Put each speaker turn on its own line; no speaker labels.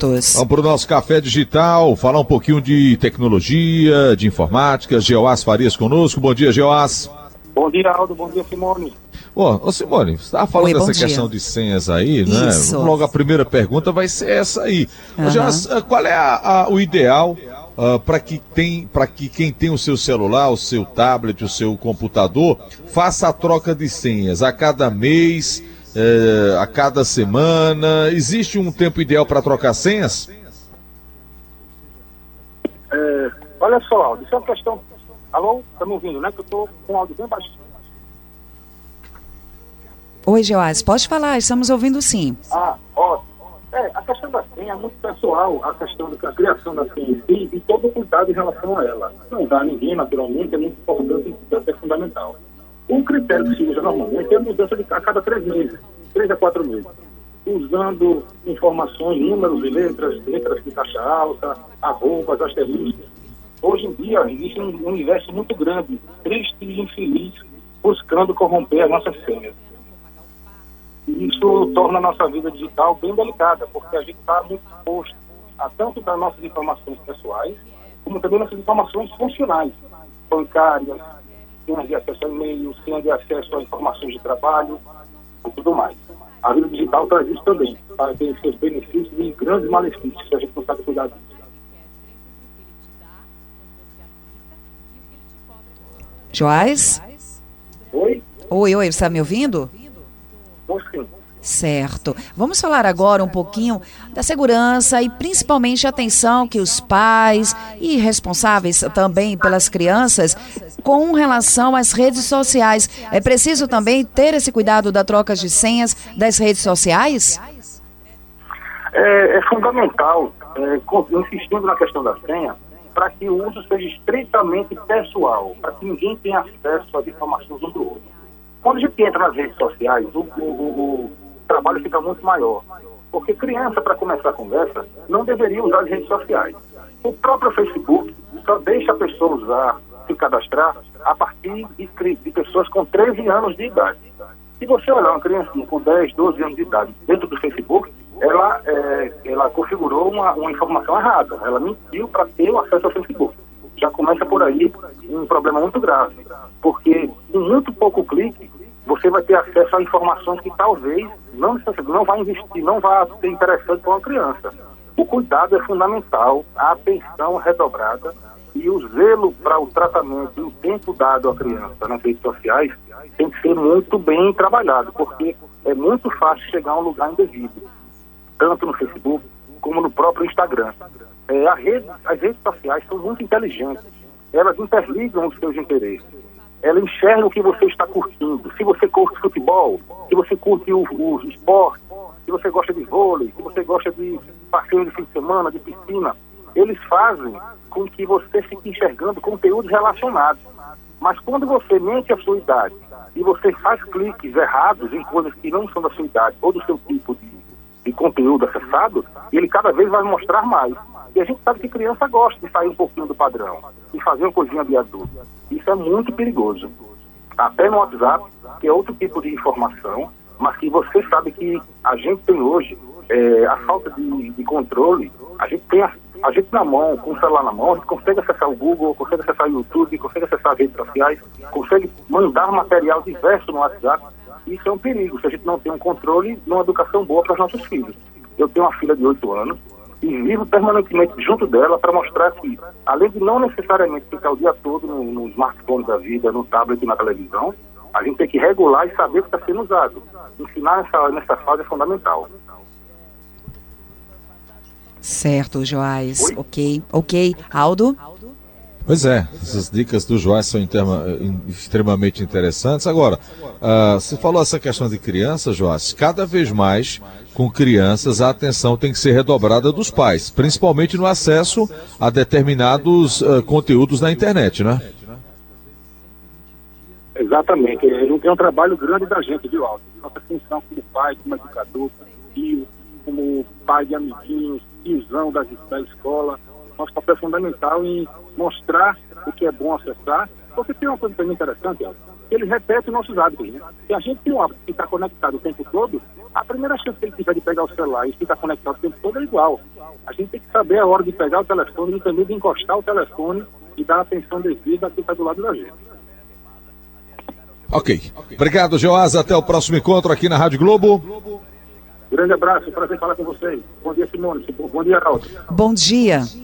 minutos.
Vamos para o nosso café digital, falar um pouquinho de tecnologia, de informática. Geoás Farias conosco. Bom dia, Geoás.
Bom dia, Aldo. Bom dia, Simone.
Ô Simone, você estava falando dessa questão de senhas aí, né?
Isso.
Logo a primeira pergunta vai ser essa aí. Geoás, qual é o ideal para que quem tem o seu celular, o seu tablet, o seu computador, faça a troca de senhas a cada mês, a cada semana? Existe um tempo ideal para trocar senhas?
Olha só, Aldo, isso é uma questão... Alô? Tá me ouvindo, né? Que eu tô com o áudio bem baixo.
Oi, Geoás, pode falar, estamos ouvindo sim.
Ótimo. A questão da senha é muito pessoal, a questão da criação da senha em si e todo o cuidado em relação a ela. Não dá a ninguém, naturalmente, é muito importante e é fundamental. O critério que se usa normalmente é a mudança a cada 3 meses, 3 a 4 meses, usando informações, números e letras de caixa alta, arrobas, asteriscos. Hoje em dia existe um universo muito grande, triste e infeliz, buscando corromper as nossas senhas. Isso torna a nossa vida digital bem delicada, porque a gente está muito exposto a tanto das nossas informações pessoais, como também nossas informações funcionais, bancárias, senhas de acesso a e-mail, senhas de acesso a informações de trabalho e tudo mais. A vida digital traz isso também, para ter seus benefícios e grandes malefícios, se a gente não sabe cuidar disso.
Joás?
Oi?
Oi, você está me ouvindo?
Sim.
Certo. Vamos falar agora um pouquinho da segurança e principalmente a atenção que os pais e responsáveis também pelas crianças com relação às redes sociais. É preciso também ter esse cuidado da troca de senhas das redes sociais?
É fundamental, insistindo na questão da senha, para que o uso seja estritamente pessoal, para que ninguém tenha acesso às informações um do outro. Quando a gente entra nas redes sociais, o trabalho fica muito maior. Porque criança, para começar a conversa, não deveria usar as redes sociais. O próprio Facebook só deixa a pessoa usar, se cadastrar, a partir de pessoas com 13 anos de idade. Se você olhar uma criancinha com 10, 12 anos de idade dentro do Facebook, ela configurou uma informação errada. Ela mentiu para ter o acesso ao Facebook. Já começa por aí um problema muito grave. Porque em muito pouco clique, você vai ter acesso a informações que talvez não vai investir, não vai ser interessante para uma criança. O cuidado é fundamental, a atenção redobrada e o zelo para o tratamento e o tempo dado à criança nas redes sociais tem que ser muito bem trabalhado, porque é muito fácil chegar a um lugar indevido, tanto no Facebook como no próprio Instagram. As redes sociais são muito inteligentes, elas interligam os seus interesses. Ela enxerga o que você está curtindo. Se você curte futebol, se você curte o esporte, se você gosta de vôlei, se você gosta de passeio de fim de semana, de piscina, eles fazem com que você fique enxergando conteúdos relacionados. Mas quando você mente a sua idade e você faz cliques errados em coisas que não são da sua idade ou do seu tipo de conteúdo acessado, ele cada vez vai mostrar mais. E a gente sabe que criança gosta de sair um pouquinho do padrão e fazer uma coisinha de adulto. Isso é muito perigoso. Até no WhatsApp, que é outro tipo de informação, mas que você sabe que a gente tem hoje, a falta de controle, a gente na mão, com o celular na mão, a gente consegue acessar o Google, consegue acessar o YouTube, consegue acessar as redes sociais, consegue mandar material diverso no WhatsApp. Isso é um perigo, se a gente não tem um controle de uma educação boa para os nossos filhos. Eu tenho uma filha de 8 anos e vivo permanentemente junto dela para mostrar que, além de não necessariamente ficar o dia todo no smartphone da vida, no tablet e na televisão, a gente tem que regular e saber o que está sendo usado. Ensinar nessa fase é fundamental.
Certo, Joás. Ok. Aldo?
Pois é, essas dicas do Joás são extremamente interessantes. Agora, você falou essa questão de crianças, Joás, cada vez mais com crianças a atenção tem que ser redobrada dos pais, principalmente no acesso a determinados conteúdos na internet, né?
Exatamente, é um trabalho grande da gente, viu, Aldo? Nossa função como pai, como educador, como tio, como pai de amiguinhos, tiozão da escola. Nosso papel é fundamental em mostrar o que é bom acessar. Você tem uma coisa também interessante, Aldo, eles repetem nossos hábitos, né? Se a gente tem um hábito que está conectado o tempo todo, A primeira chance que ele tiver de pegar o celular e ficar conectado o tempo todo é igual. A gente tem que saber a hora de pegar o telefone e também de encostar o telefone e dar atenção devida a quem está do lado da gente.
Ok. Obrigado, Joás. Até o próximo encontro aqui na Rádio Globo.
Grande abraço, prazer falar com vocês. Bom dia, Simone. Bom dia, Aldo.
Bom dia.